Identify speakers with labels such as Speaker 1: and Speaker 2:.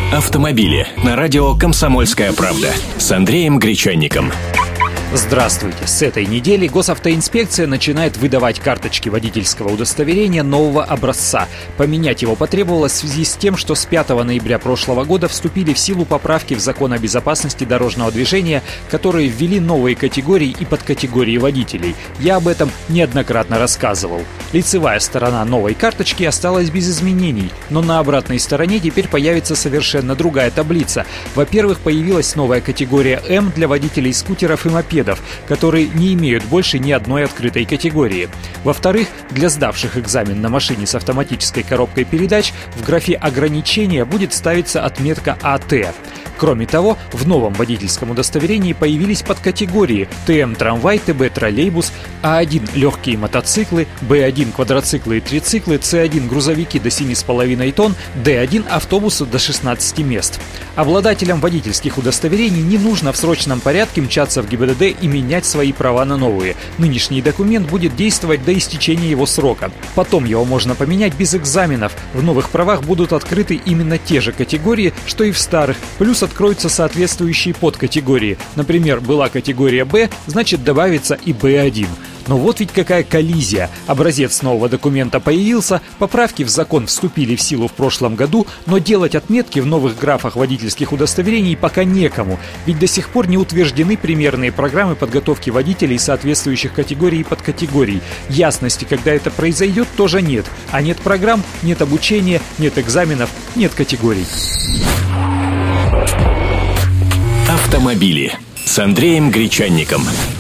Speaker 1: Автомобили на радио «Комсомольская правда» с Андреем Гречанником.
Speaker 2: Здравствуйте! С этой недели госавтоинспекция начинает выдавать карточки водительского удостоверения нового образца. Поменять его потребовалось в связи с тем, что с 5 ноября прошлого года вступили в силу поправки в Закон о безопасности дорожного движения, которые ввели новые категории и подкатегории водителей. Я об этом неоднократно рассказывал. Лицевая сторона новой карточки осталась без изменений, но на обратной стороне теперь появится совершенно другая таблица. Во-первых, появилась новая категория М для водителей скутеров и мопедов, которые не имеют больше ни одной открытой категории. Во-вторых, для сдавших экзамен на машине с автоматической коробкой передач в графе ограничения будет ставиться отметка АТ. Кроме того, в новом водительском удостоверении появились подкатегории ТМ-трамвай, ТБ-троллейбус, А1 легкие мотоциклы, Б1 квадроциклы и трициклы, С1 грузовики до 7,5 тонн, Д1 автобусы до 16 мест. Обладателям водительских удостоверений не нужно в срочном порядке мчаться в ГИБДД и менять свои права на новые. Нынешний документ будет действовать до истечения его срока. Потом его можно поменять без экзаменов. В новых правах будут открыты именно те же категории, что и в старых, плюс откроются соответствующие подкатегории. Например, была категория Б, значит добавится и Б1. Но вот ведь какая коллизия. Образец нового документа появился, поправки в закон вступили в силу в прошлом году, но делать отметки в новых графах водительских удостоверений пока некому, ведь до сих пор не утверждены примерные программы подготовки водителей соответствующих категорий и подкатегорий. Ясности, когда это произойдет, тоже нет. А нет программ, нет обучения, нет экзаменов, нет категорий.
Speaker 1: Автомобили с Андреем Гречанником.